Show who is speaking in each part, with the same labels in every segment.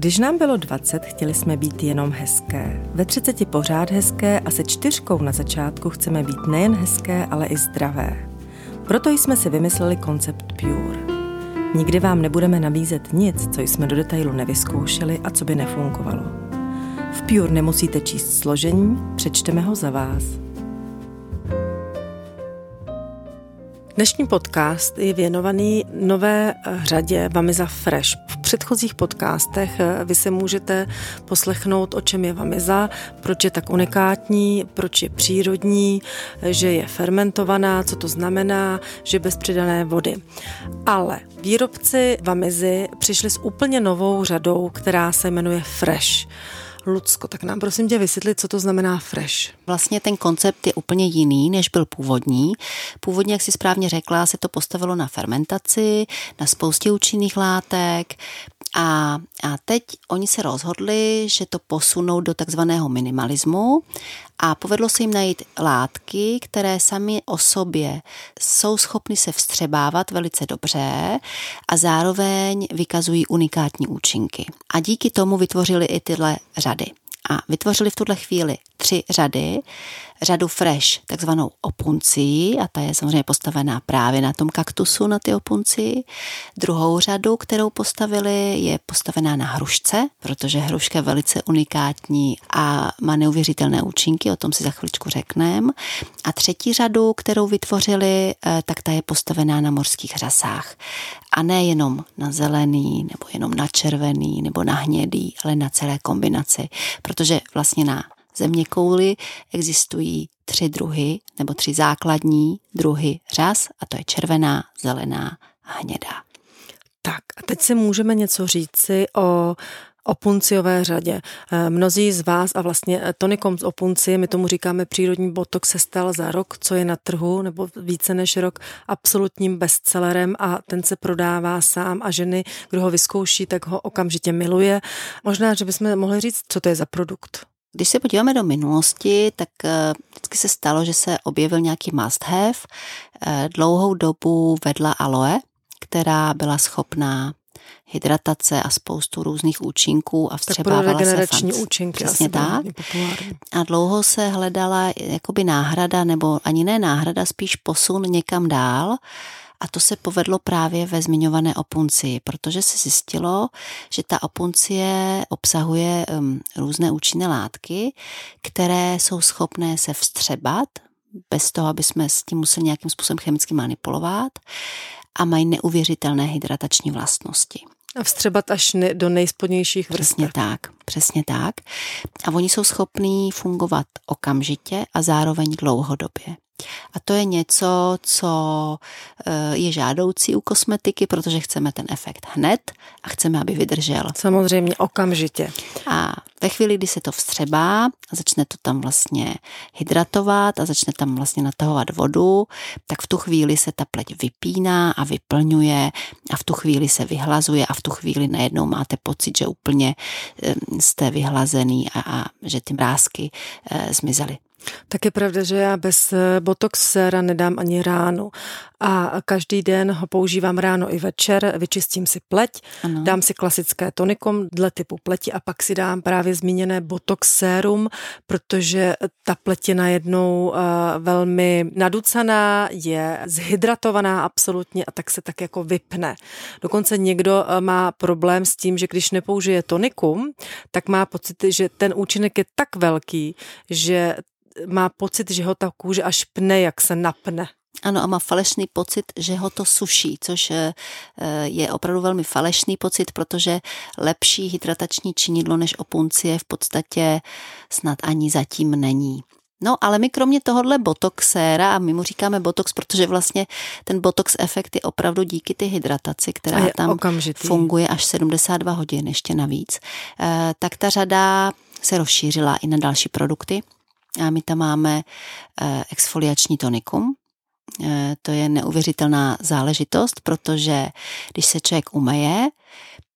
Speaker 1: Když nám bylo 20, chtěli jsme být jenom hezké. Ve 30 pořád hezké a se 4 na začátku chceme být nejen hezké, ale i zdravé. Proto jsme si vymysleli koncept Pure. Nikdy vám nebudeme nabízet nic, co jsme do detailu nevyzkoušeli a co by nefungovalo. V Pure nemusíte číst složení, přečteme ho za vás. Dnešní podcast je věnovaný nové řadě Vamiza Fresh. V předchozích podcastech vy se můžete poslechnout, o čem je Vamiza, proč je tak unikátní, proč je přírodní, že je fermentovaná, co to znamená, že je bez přidané vody. Ale výrobci Vamizy přišli s úplně novou řadou, která se jmenuje Fresh. Lucko, tak nám prosím tě vysvětlit, co to znamená fresh.
Speaker 2: Vlastně ten koncept je úplně jiný, než byl původní. Původně, jak jsi správně řekla, se to postavilo na fermentaci, na spoustě účinných látek a teď oni se rozhodli, že to posunou do takzvaného minimalismu a povedlo se jim najít látky, které sami o sobě jsou schopny se vstřebávat velice dobře a zároveň vykazují unikátní účinky. A díky tomu vytvořili i tyhle řady. A vytvořili v tuhle chvíli 3 řady. Řadu Fresh, takzvanou opuncii, a ta je samozřejmě postavená právě na tom kaktusu, na ty opuncii. Druhou řadu, kterou postavili, je postavená na hrušce, protože hruška je velice unikátní a má neuvěřitelné účinky, o tom si za chviličku řekneme. A třetí řadu, kterou vytvořili, tak ta je postavená na mořských řasách. A ne jenom na zelený, nebo jenom na červený, nebo na hnědý, ale na celé kombinaci, protože vlastně na zeměkouli existují 3 druhy, nebo 3 základní druhy řas, a to je červená, zelená a hnědá.
Speaker 1: Tak a teď si můžeme něco říci o opunciové řadě. Mnozí z vás a vlastně tonikom z opuncie, my tomu říkáme přírodní botox, se stal za rok, co je na trhu, nebo více než rok, absolutním bestsellerem a ten se prodává sám a ženy, kdo ho vyzkouší, tak ho okamžitě miluje. Možná, že bychom mohli říct, co to je za produkt.
Speaker 2: Když se podíváme do minulosti, tak vždycky se stalo, že se objevil nějaký must have. Dlouhou dobu vedla aloe, která byla schopná hydratace a spoustu různých účinků a vstřebávala se
Speaker 1: účinky.
Speaker 2: Přesně tak. A dlouho se hledala jakoby náhrada, nebo ani ne náhrada, spíš posun někam dál. A to se povedlo právě ve zmiňované opuncii, protože se zjistilo, že ta opuncie obsahuje různé účinné látky, které jsou schopné se vstřebat, bez toho, aby jsme s tím museli nějakým způsobem chemicky manipulovat, a mají neuvěřitelné hydratační vlastnosti.
Speaker 1: A vstřebat až do nejspodnějších vrstev.
Speaker 2: Přesně tak. A oni jsou schopní fungovat okamžitě a zároveň dlouhodobě. A to je něco, co je žádoucí u kosmetiky, protože chceme ten efekt hned a chceme, aby vydržel.
Speaker 1: Samozřejmě okamžitě.
Speaker 2: A ve chvíli, kdy se to vstřebá, začne to tam vlastně hydratovat a začne tam vlastně natahovat vodu, tak v tu chvíli se ta pleť vypíná a vyplňuje a v tu chvíli se vyhlazuje a v tu chvíli najednou máte pocit, že úplně jste vyhlazený a že ty mrázky zmizely.
Speaker 1: Tak je pravda, že já bez botox séra nedám ani ránu a každý den ho používám ráno i večer, vyčistím si pleť, ano. Dám si klasické tonikum dle typu pleti a pak si dám právě zmíněné botox sérum, protože ta pleť je najednou velmi naducaná, je zhydratovaná absolutně a tak se tak jako vypne. Dokonce někdo má problém s tím, že když nepoužije tonikum, tak má pocit, že ten účinek je tak velký, že má pocit, že ho ta kůže až pne, jak se napne.
Speaker 2: Ano, a má falešný pocit, že ho to suší, což je opravdu velmi falešný pocit, protože lepší hydratační činidlo než opuncie v podstatě snad ani zatím není. No, ale my kromě tohohle botoxéra, a my mu říkáme botox, protože vlastně ten botox efekt je opravdu díky té hydrataci, která tam okamžitý. Funguje až 72 hodin ještě navíc, tak ta řada se rozšířila i na další produkty. A my tam máme exfoliační tonikum. To je neuvěřitelná záležitost, protože když se člověk umeje,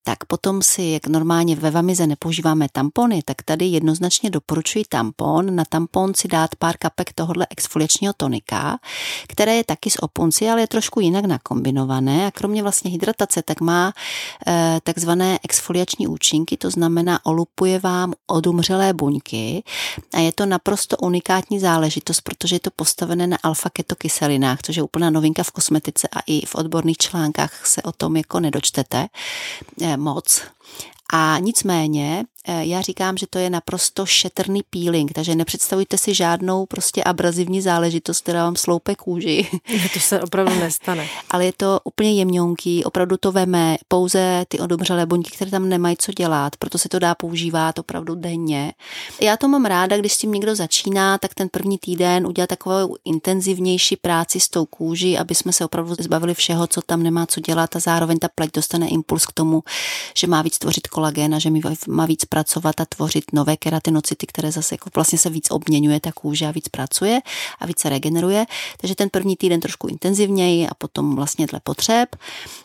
Speaker 2: tak potom si, jak normálně ve Vamize nepoužíváme tampony, tak tady jednoznačně doporučuji tampon. Na tampon si dát pár kapek tohohle exfoliačního tonika, které je taky z opunci, ale je trošku jinak nakombinované a kromě vlastně hydratace, tak má takzvané exfoliační účinky, to znamená olupuje vám odumřelé buňky a je to naprosto unikátní záležitost, protože je to postavené na alfa-ketokyselinách, což je úplná novinka v kosmetice a i v odborných článkách se o tom jako nedočtete moc. A nicméně já říkám, že to je naprosto šetrný peeling, takže nepředstavujte si žádnou prostě abrazivní záležitost, která vám sloupe kůži.
Speaker 1: To se opravdu nestane.
Speaker 2: Ale je to úplně jemňonký, opravdu to veme pouze ty odumřelé buňky, které tam nemají co dělat, proto se to dá používat opravdu denně. Já to mám ráda, když s tím někdo začíná, tak ten první týden udělat takovou intenzivnější práci s tou kůží, aby jsme se opravdu zbavili všeho, co tam nemá co dělat a zároveň ta pleť dostane impuls k tomu, že má víc tvořit kolagén a že má víc pracovat a tvořit nové keratinocyty, které zase jako vlastně se víc obměňuje ta kůže a víc pracuje a víc se regeneruje. Takže ten první týden trošku intenzivněji a potom vlastně dle potřeb.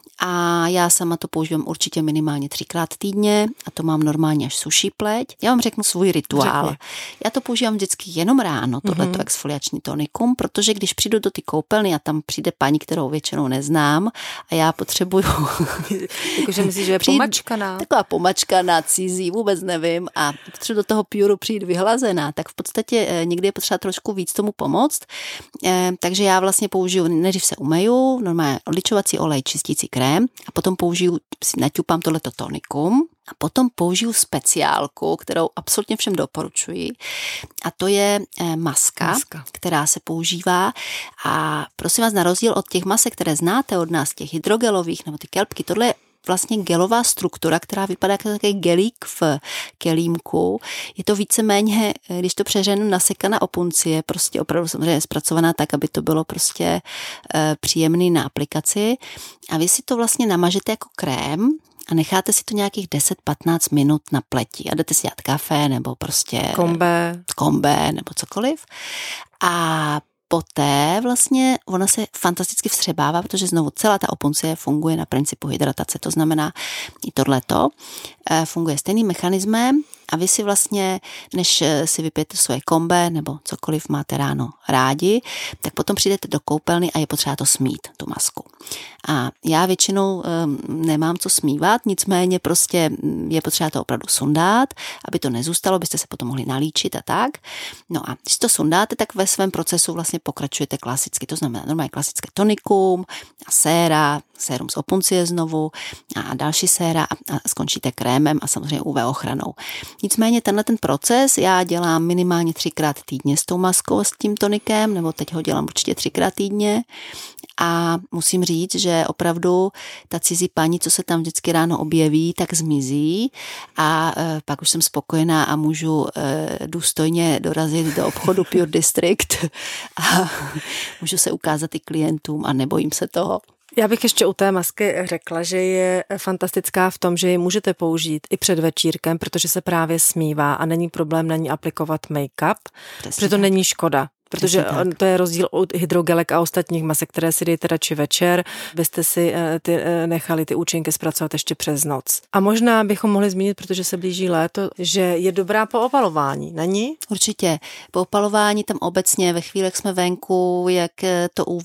Speaker 2: A já sama to používám určitě minimálně 3krát týdně a to mám normálně až suší pleť. Já vám řeknu svůj rituál.
Speaker 1: Řekni.
Speaker 2: Já to používám vždycky jenom ráno, tohleto exfoliační tonikum, protože když přijdu do ty koupelny a tam přijde paní, kterou většinou neznám a já potřebuju...
Speaker 1: Jakože myslíš, že je pomačkaná?
Speaker 2: Taková pomačkaná, cizí, vůbec nevím a potřebuji do toho pure přijít vyhlazená, tak v podstatě někdy je potřeba trošku víc tomu pomoct. Takže já vlastně použiju, nejdřív se umeju, normálně odličovací olej, čistící krém, a potom naťupám tohleto tonikum a potom použiju speciálku, kterou absolutně všem doporučuji a to je maska, která se používá a prosím vás, na rozdíl od těch masek, které znáte od nás, těch hydrogelových nebo ty kelpky, tohle je vlastně gelová struktura, která vypadá jako takový gelík v kelímku. Je to víceméně, když to přeženu, nasekaná opuncie, prostě opravdu samozřejmě zpracovaná tak, aby to bylo prostě příjemný na aplikaci. A vy si to vlastně namažete jako krém a necháte si to nějakých 10-15 minut na pleti. A jdete si dát kafe nebo prostě kombé nebo cokoliv. A poté vlastně ona se fantasticky vstřebává, protože znovu celá ta opuncie funguje na principu hydratace. To znamená, i tohleto funguje stejným mechanismem a vy si vlastně, než si vypijete svoje kombé nebo cokoliv máte ráno rádi, tak potom přijdete do koupelny a je potřeba to smít, tu masku. A já většinou nemám co smívat, nicméně prostě je potřeba to opravdu sundat, aby to nezůstalo, byste se potom mohli nalíčit a tak. No a když to sundáte, tak ve svém procesu vlastně pokračujete klasicky, to znamená normálně klasické tonikum a sérum z opuncie znovu a další séra a skončíte krémem a samozřejmě UV ochranou. Nicméně ten proces já dělám minimálně 3krát týdně s tou maskou, s tím tonikem, nebo teď ho dělám určitě 3krát týdně a musím říct, že opravdu ta cizí paní, co se tam vždycky ráno objeví, tak zmizí a pak už jsem spokojená a můžu důstojně dorazit do obchodu Pure District a můžu se ukázat i klientům a nebojím se toho.
Speaker 1: Já bych ještě u té masky řekla, že je fantastická v tom, že ji můžete použít i před večírkem, protože se právě smívá a není problém na ní aplikovat make-up, protože to není škoda. Protože to je rozdíl od hydrogelek a ostatních masek, které si dejte radši večer, byste si nechali ty účinky zpracovat ještě přes noc. A možná bychom mohli zmínit, protože se blíží léto, že je dobrá po opalování, není?
Speaker 2: Určitě. Po opalování tam obecně ve chvíli, jak jsme venku, jak to UV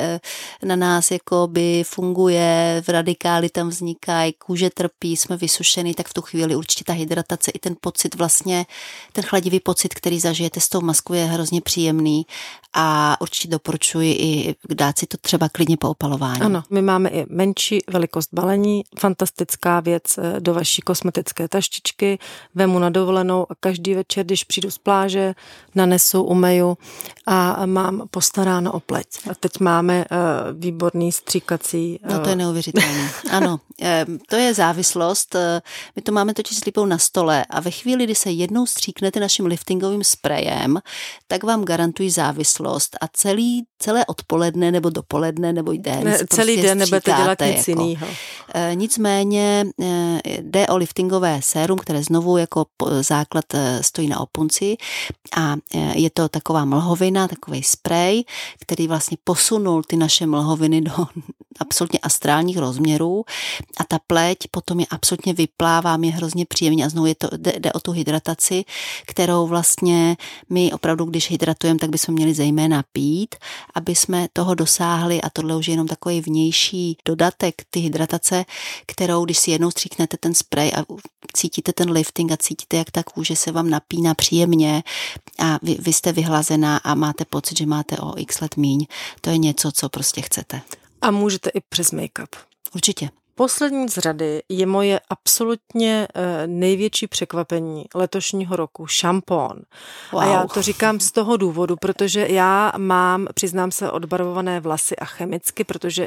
Speaker 2: na nás jakoby funguje, v radikály tam vznikají, kůže trpí, jsme vysušený, tak v tu chvíli určitě ta hydratace i ten pocit vlastně, ten chladivý pocit, který zažijete s tou maskou, je hrozně příjemný. A určitě doporučuji i dát si to třeba klidně po opalování.
Speaker 1: Ano, my máme i menší velikost balení, fantastická věc do vaší kosmetické taštičky, vemu na dovolenou a každý večer, když přijdu z pláže, nanesu, umeju a mám postaráno o pleť. A teď máme výborný stříkací...
Speaker 2: No to je neuvěřitelné. Ano, to je závislost. My to máme totiž s Lipou na stole a ve chvíli, kdy se jednou stříknete naším liftingovým sprejem, tak vám garantuji, vyhidratují závislost a celé odpoledne nebo dopoledne nebo den
Speaker 1: ne, celý den nebudete dělat nic jiného.
Speaker 2: Nicméně jde o liftingové sérum, které znovu jako základ stojí na opunci a je to taková mlhovina, takový sprej, který vlastně posunul ty naše mlhoviny do absolutně astrálních rozměrů a ta pleť potom je absolutně vyplává, mě hrozně příjemně a znovu jde o tu hydrataci, kterou vlastně my opravdu, když hydratujeme, tak bychom měli zejména pít, aby jsme toho dosáhli a tohle už je jenom takový vnější dodatek ty hydratace, kterou, když si jednou stříknete ten sprej a cítíte ten lifting a cítíte, jak ta kůže se vám napíná příjemně a vy jste vyhlazená a máte pocit, že máte o x let míň. To je něco, co prostě chcete.
Speaker 1: A můžete i přes make-up.
Speaker 2: Určitě.
Speaker 1: Poslední z řady je moje absolutně největší překvapení letošního roku, šampón. Wow. A já to říkám z toho důvodu, protože já mám, přiznám se, odbarvované vlasy a chemicky, protože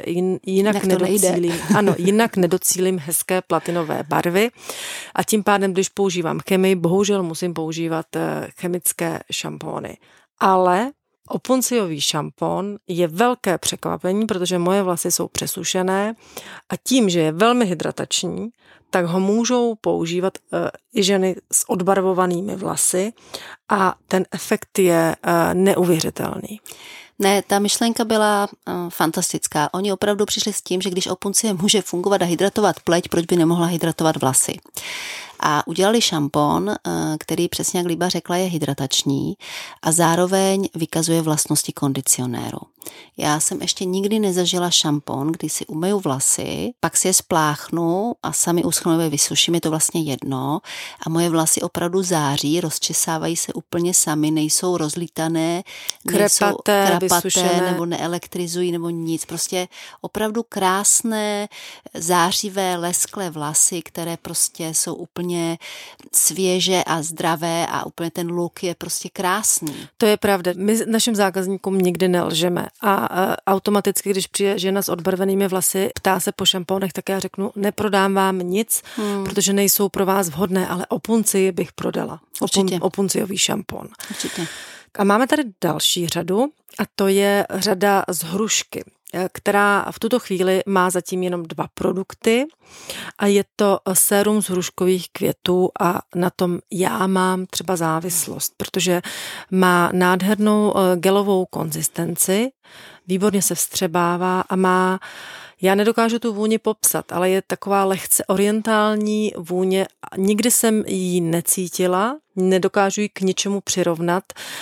Speaker 1: jinak nedocílím hezké platinové barvy a tím pádem, když používám chemii, bohužel musím používat chemické šampóny. Ale opunciový šampon je velké překvapení, protože moje vlasy jsou přesušené a tím, že je velmi hydratační, tak ho můžou používat i ženy s odbarvovanými vlasy a ten efekt je neuvěřitelný.
Speaker 2: Ne, ta myšlenka byla fantastická. Oni opravdu přišli s tím, že když opuncie může fungovat a hydratovat pleť, proč by nemohla hydratovat vlasy. A udělali šampon, který přesně jak Líba řekla, je hydratační a zároveň vykazuje vlastnosti kondicionéru. Já jsem ještě nikdy nezažila šampon, kdy si umeju vlasy, pak si je spláchnu a sami uschnou vysuším, je to vlastně jedno a moje vlasy opravdu září, rozčesávají se úplně sami, nejsou rozlítané,
Speaker 1: krepaté
Speaker 2: nebo neelektrizují nebo nic. Prostě opravdu krásné, zářivé, lesklé vlasy, které prostě jsou úplně svěže a zdravé a úplně ten look je prostě krásný.
Speaker 1: To je pravda. My našim zákazníkům nikdy nelžeme a automaticky, když přijde žena s odbarvenými vlasy, ptá se po šampónech, tak já řeknu, neprodám vám nic, protože nejsou pro vás vhodné, ale opunci bych prodala. Opunciový šampón.
Speaker 2: Určitě.
Speaker 1: A máme tady další řadu a to je řada z hrušky, která v tuto chvíli má zatím jenom 2 produkty a je to sérum z hruškových květů a na tom já mám třeba závislost, protože má nádhernou gelovou konzistenci, výborně se vstřebává a má, já nedokážu tu vůni popsat, ale je taková lehce orientální vůně. Nikdy jsem ji necítila, nedokážu ji k ničemu přirovnat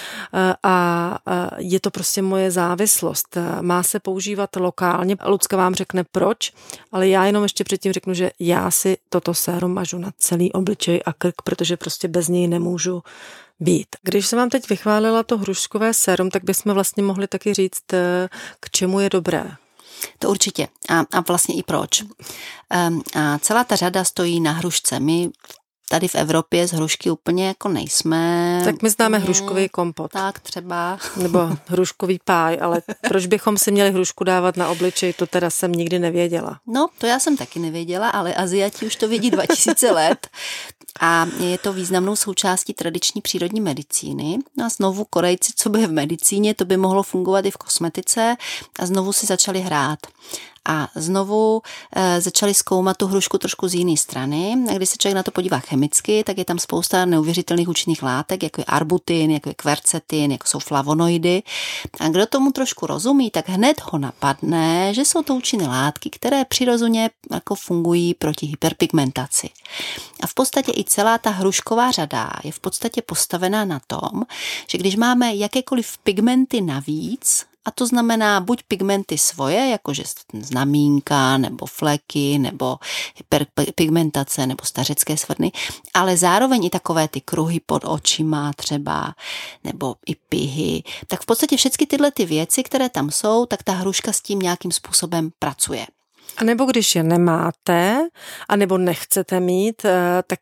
Speaker 1: a je to prostě moje závislost. Má se používat lokálně. Lucka vám řekne proč, ale já jenom ještě předtím řeknu, že já si toto sérum mažu na celý obličej a krk, protože prostě bez něj nemůžu být. Když jsem vám teď vychválila to hruškové sérum, tak bychom vlastně mohli taky říct, k čemu je dobré.
Speaker 2: To určitě. A vlastně i proč. A celá ta řada stojí na hrušce. My tady v Evropě z hrušky úplně jako nejsme.
Speaker 1: Tak my známe hruškový kompot.
Speaker 2: Tak třeba.
Speaker 1: Nebo hruškový páj, ale proč bychom si měli hrušku dávat na obličej, to teda jsem nikdy nevěděla.
Speaker 2: No, to já jsem taky nevěděla, ale Aziati už to vědí 2000 let. A je to významnou součástí tradiční přírodní medicíny. A znovu Korejci, co by v medicíně, to by mohlo fungovat i v kosmetice a znovu si začali hrát. A znovu začali zkoumat tu hrušku trošku z jiné strany. A když se člověk na to podívá chemicky, tak je tam spousta neuvěřitelných účinných látek, jako je arbutin, jako je kvercetin, jako jsou flavonoidy. A kdo tomu trošku rozumí, tak hned ho napadne, že jsou to účinné látky, které přirozeně jako fungují proti hyperpigmentaci. A v podstatě i celá ta hrušková řada je v podstatě postavená na tom, že když máme jakékoliv pigmenty navíc, a to znamená buď pigmenty svoje, jakože znamínka, nebo fleky, nebo hyperpigmentace, nebo stařecké svrny, ale zároveň i takové ty kruhy pod očima třeba, nebo i pihy. Tak v podstatě všechny tyhle ty věci, které tam jsou, tak ta hruška s tím nějakým způsobem pracuje.
Speaker 1: A nebo když je nemáte, anebo nechcete mít, tak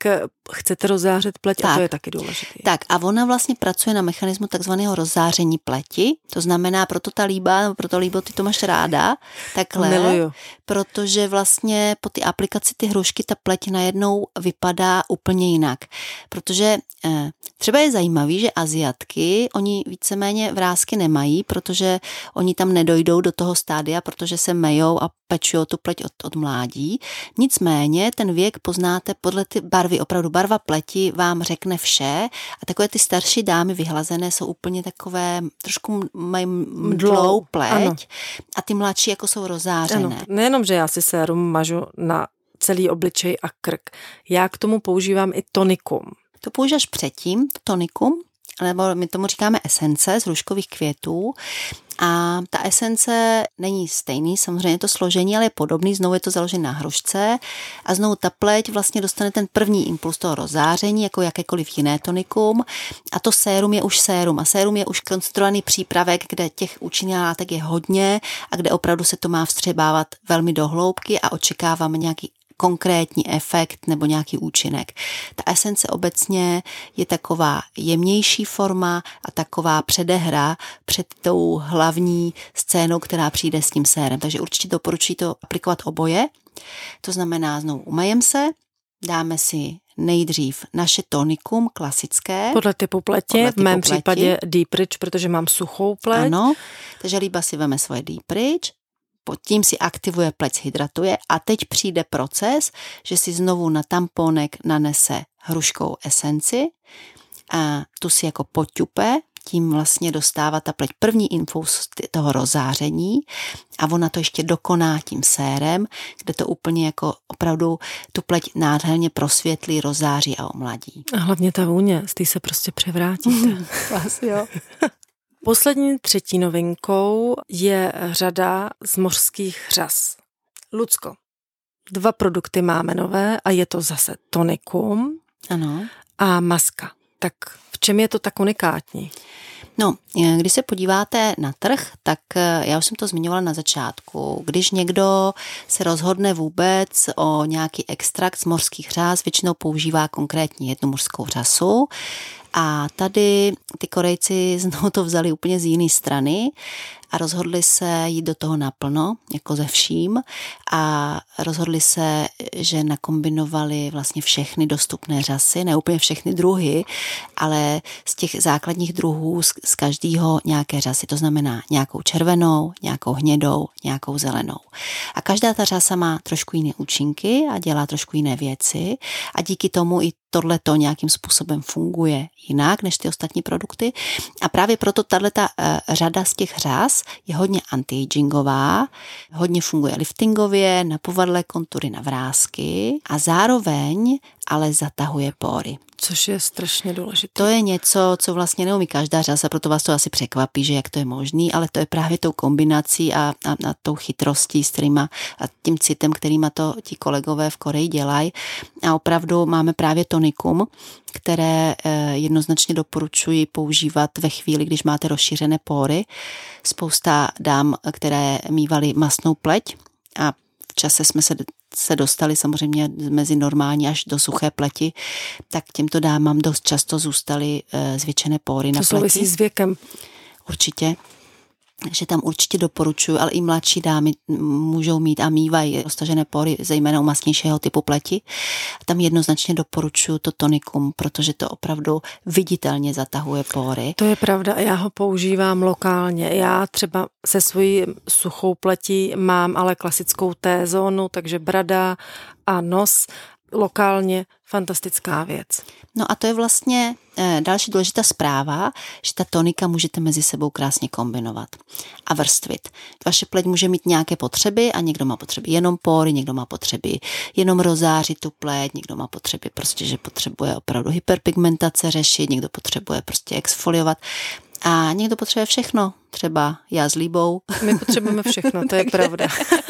Speaker 1: chcete rozzářit pleť, tak, a to je taky důležité.
Speaker 2: Tak a ona vlastně pracuje na mechanismu takzvaného rozzáření pleti, to znamená, proto ta líba, proto líbo, ty to máš ráda, takhle,
Speaker 1: miluju.
Speaker 2: Protože vlastně po ty aplikaci ty hrušky ta pleť najednou vypadá úplně jinak, protože třeba je zajímavý, že Asiatky, oni víceméně vrásky nemají, protože oni tam nedojdou do toho stádia, protože se mejou a pečujou tu pleť od mládí. Nicméně ten věk poznáte podle ty barvy, opravdu barva pleti vám řekne vše a takové ty starší dámy vyhlazené jsou úplně takové, trošku mají mdlou pleť ano. A ty mladší jako jsou rozzářené.
Speaker 1: Ano. Nejenom, že já si sérum mažu na celý obličej a krk, já k tomu používám i tonikum.
Speaker 2: To používáš předtím, tonikum, nebo my tomu říkáme esence z hruškových květů a ta esence není stejný, samozřejmě to složení, ale je podobný, znovu je to založené na hrušce a znovu ta pleť vlastně dostane ten první impuls toho rozzáření, jako jakékoliv jiné tonikum a to sérum je už sérum a sérum je už konstruovaný přípravek, kde těch účinných látek je hodně a kde opravdu se to má vstřebávat velmi do hloubky a očekáváme nějaký konkrétní efekt nebo nějaký účinek. Ta esence obecně je taková jemnější forma a taková předehra před tou hlavní scénou, která přijde s tím sérem. Takže určitě doporučuji to aplikovat oboje. To znamená, znovu umejem se, dáme si nejdřív naše tonikum klasické.
Speaker 1: Podle typu pleti, v mém případě Deep Ridge, protože mám suchou pleť.
Speaker 2: Ano, takže líba si veme svoje Deep Ridge, pod tím si aktivuje pleť, hydratuje a teď přijde proces, že si znovu na tamponek nanese hruškovou esenci a tu si jako poťupe, tím vlastně dostává ta pleť první impuls toho rozzáření a ona to ještě dokoná tím sérem, kde to úplně jako opravdu tu pleť nádherně prosvětlí, rozzáří a omladí.
Speaker 1: A hlavně ta vůně, z té se prostě převrátíte.
Speaker 2: Asi jo.
Speaker 1: Poslední třetí novinkou je řada z mořských řas. Lucko, 2 produkty máme nové a je to zase tonikum
Speaker 2: ano.
Speaker 1: A maska. Tak v čem je to tak unikátní?
Speaker 2: No, když se podíváte na trh, tak já už jsem to zmiňovala na začátku. Když někdo se rozhodne vůbec o nějaký extrakt z mořských řas, většinou používá konkrétně jednu mořskou řasu. A tady ty Korejci znovu to vzali úplně z jiné strany a rozhodli se jít do toho naplno, jako ze vším a rozhodli se, že nakombinovali vlastně všechny dostupné řasy, ne úplně všechny druhy, ale z těch základních druhů z každého nějaké řasy, to znamená nějakou červenou, nějakou hnědou, nějakou zelenou. A každá ta řasa má trošku jiné účinky a dělá trošku jiné věci a díky tomu i tohleto nějakým způsobem funguje jinak než ty ostatní produkty. A právě proto tato řada z těch řas je hodně anti-agingová, hodně funguje liftingově, na povadlé kontury, na vrásky a zároveň ale zatahuje pory.
Speaker 1: Což je strašně důležité.
Speaker 2: To je něco, co vlastně neumí každá řasa, proto vás to asi překvapí, že jak to je možný, ale to je právě tou kombinací a tou chytrostí, s kterýma, a tím citem, kterýma to ti kolegové v Koreji dělají. A opravdu máme právě tonikum, které jednoznačně doporučuji používat ve chvíli, když máte rozšířené pory. Spousta dám, které mívaly mastnou pleť a v čase jsme se dostali samozřejmě mezi normální až do suché pleti, tak těmto dámám dost často zůstaly zvětšené pory na pleti.
Speaker 1: To souvisí s věkem.
Speaker 2: Určitě. Takže tam určitě doporučuji, ale i mladší dámy můžou mít a mívají roztažené pory, zejména u masnějšího typu pleti. Tam jednoznačně doporučuji to tonikum, protože to opravdu viditelně zatahuje pory.
Speaker 1: To je pravda, já ho používám lokálně. Já třeba se svojí suchou pletí mám ale klasickou T-zónu, takže brada a nos. Lokálně fantastická věc.
Speaker 2: No a to je vlastně další důležitá zpráva, že ta tonika můžete mezi sebou krásně kombinovat a vrstvit. Vaše pleť může mít nějaké potřeby a někdo má potřeby jenom pory, někdo má potřeby jenom rozářit tu pleť, někdo má potřeby prostě, že potřebuje opravdu hyperpigmentace řešit, někdo potřebuje prostě exfoliovat a někdo potřebuje všechno, třeba já s Líbou.
Speaker 1: My potřebujeme všechno, to je pravda.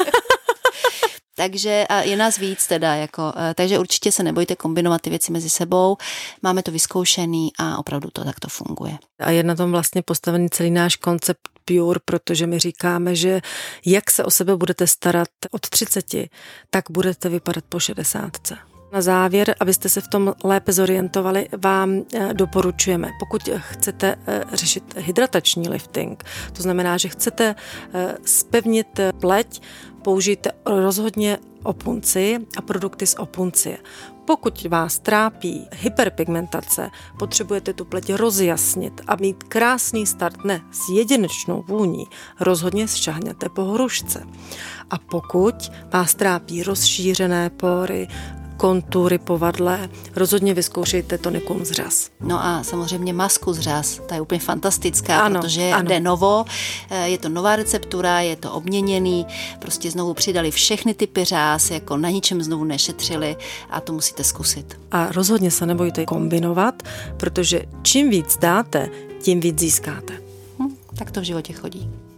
Speaker 2: Takže je nás víc teda, takže určitě se nebojte kombinovat ty věci mezi sebou, máme to vyzkoušený a opravdu to takto funguje.
Speaker 1: A je na tom vlastně postavený celý náš koncept Pure, protože my říkáme, že jak se o sebe budete starat od 30, tak budete vypadat po 60. Na závěr, abyste se v tom lépe zorientovali, vám doporučujeme, pokud chcete řešit hydratační lifting, to znamená, že chcete zpevnit pleť, použijte rozhodně opunci a produkty z opuncie. Pokud vás trápí hyperpigmentace, potřebujete tu pleť rozjasnit a mít krásný start, ne s jedinečnou vůní, rozhodně šáhněte po hrušce. A pokud vás trápí rozšířené pory, kontury povadlé, rozhodně vyzkoušejte tonikum z řas.
Speaker 2: No a samozřejmě masku z řas, ta je úplně fantastická, ano, protože je de novo, je to nová receptura, je to obměněný, prostě znovu přidali všechny typy řas, jako na ničem znovu nešetřili a to musíte zkusit.
Speaker 1: A rozhodně se nebojte kombinovat, protože čím víc dáte, tím víc získáte.
Speaker 2: Tak to v životě chodí.